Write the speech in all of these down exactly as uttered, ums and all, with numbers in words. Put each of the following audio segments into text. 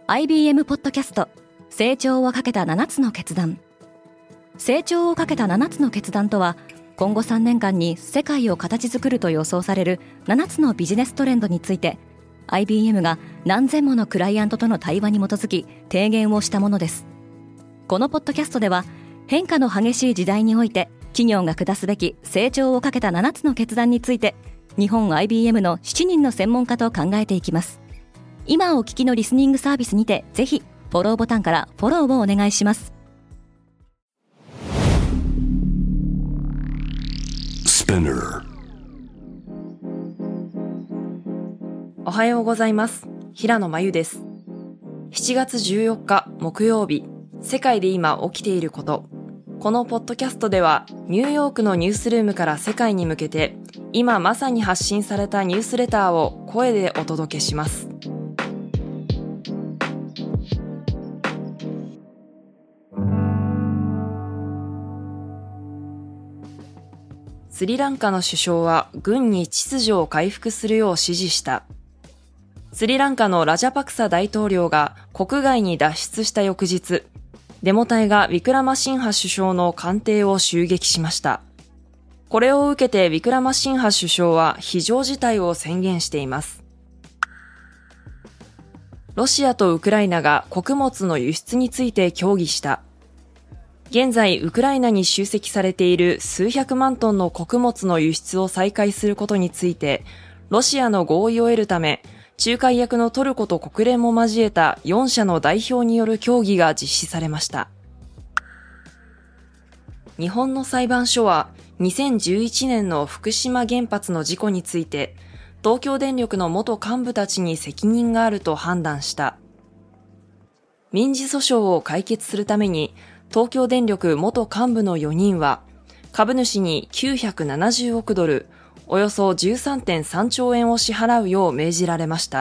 アイビーエム ポッドキャスト成長をかけたななつの決断。成長をかけたななつの決断とは、今後さんねんかんに世界を形作ると予想されるななつのビジネストレンドについて アイビーエム が何千ものクライアントとの対話に基づき提言をしたものです。このポッドキャストでは、変化の激しい時代において企業が下すべき成長をかけたななつの決断について、日本 アイビーエム のしちにんの専門家と考えていきます。今お聞きのリスニングサービスにて、ぜひフォローボタンからフォローをお願いします。 おはようございます。平野真由です。しちがつじゅうよっか木曜日、世界で今起きていること。このポッドキャストでは、ニューヨークのニュースルームから世界に向けて、今まさに発信されたニュースレターを声でお届けします。スリランカの首相は軍に秩序を回復するよう指示した。スリランカのラジャパクサ大統領が国外に脱出した翌日、デモ隊がウィクラマシンハ首相の官邸を襲撃しました。これを受けてウィクラマシンハ首相は非常事態を宣言しています。ロシアとウクライナが穀物の輸出について協議した。現在、ウクライナに集積されている数百万トンの穀物の輸出を再開することについて、ロシアの合意を得るため、仲介役のトルコと国連も交えたよんしゃの代表による協議が実施されました。日本の裁判所は、にせんじゅういちねんの福島原発の事故について、東京電力の元幹部たちに責任があると判断した。民事訴訟を解決するために、東京電力元幹部のよにんは、株主にきゅうひゃくななじゅうおくドル、およそ じゅうさんてんさんちょうえんを支払うよう命じられました。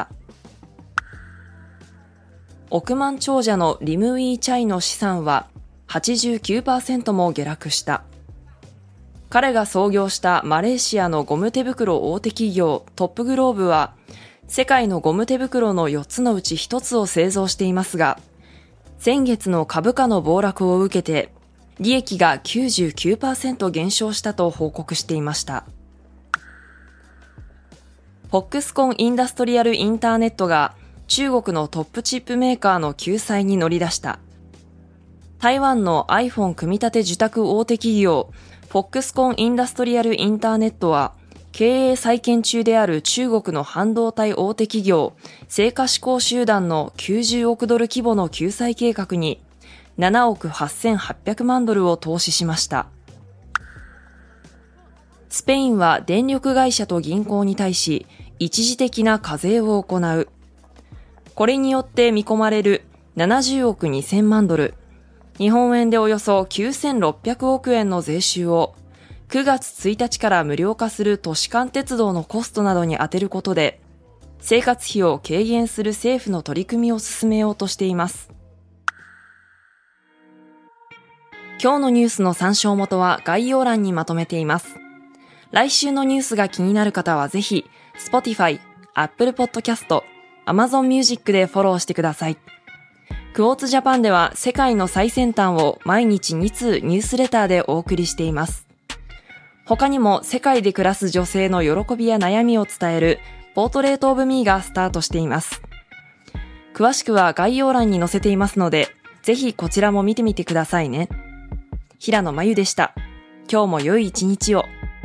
億万長者のリム・ウィー・チャイの資産は はちじゅうきゅうパーセント も下落した。彼が創業したマレーシアのゴム手袋大手企業トップグローブは、世界のゴム手袋のよっつのうちひとつを製造していますが、先月の株価の暴落を受けて、利益が きゅうじゅうきゅうパーセント 減少したと報告していました。フォックスコンインダストリアルインターネットが中国のトップチップメーカーの救済に乗り出した。台湾の iPhone 組み立て受託大手企業、フォックスコンインダストリアルインターネットは、経営再建中である中国の半導体大手企業、成果志向集団のきゅうじゅうおくドル規模の救済計画にななおくはっせんはっぴゃくまんドルを投資しました。スペインは電力会社と銀行に対し一時的な課税を行う。これによって見込まれるななじゅうおくにせんまんドル、日本円でおよそきゅうせんろっぴゃくおくえんの税収をくがつついたちから無料化する都市間鉄道のコストなどに充てることで、生活費を軽減する政府の取り組みを進めようとしています。今日のニュースの参照元は概要欄にまとめています。来週のニュースが気になる方はぜひ、Spotify、Apple Podcast、Amazon Music でフォローしてください。クォーツジャパンでは世界の最先端を毎日につうニュースレターでお送りしています。他にも世界で暮らす女性の喜びや悩みを伝えるポートレートオブミーがスタートしています。詳しくは概要欄に載せていますので、ぜひこちらも見てみてくださいね。平野真由でした。今日も良い一日を。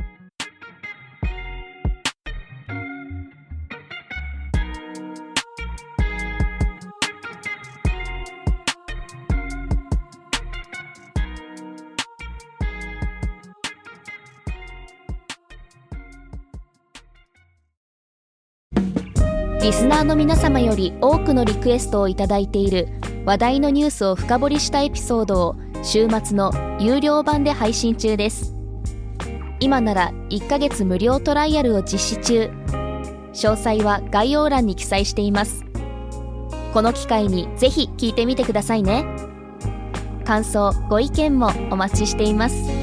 リスナーの皆様より多くのリクエストをいただいている話題のニュースを深掘りしたエピソードを週末の有料版で配信中です。今ならいっかげつ無料トライアルを実施中。詳細は概要欄に記載しています。この機会にぜひ聞いてみてくださいね。感想、ご意見もお待ちしています。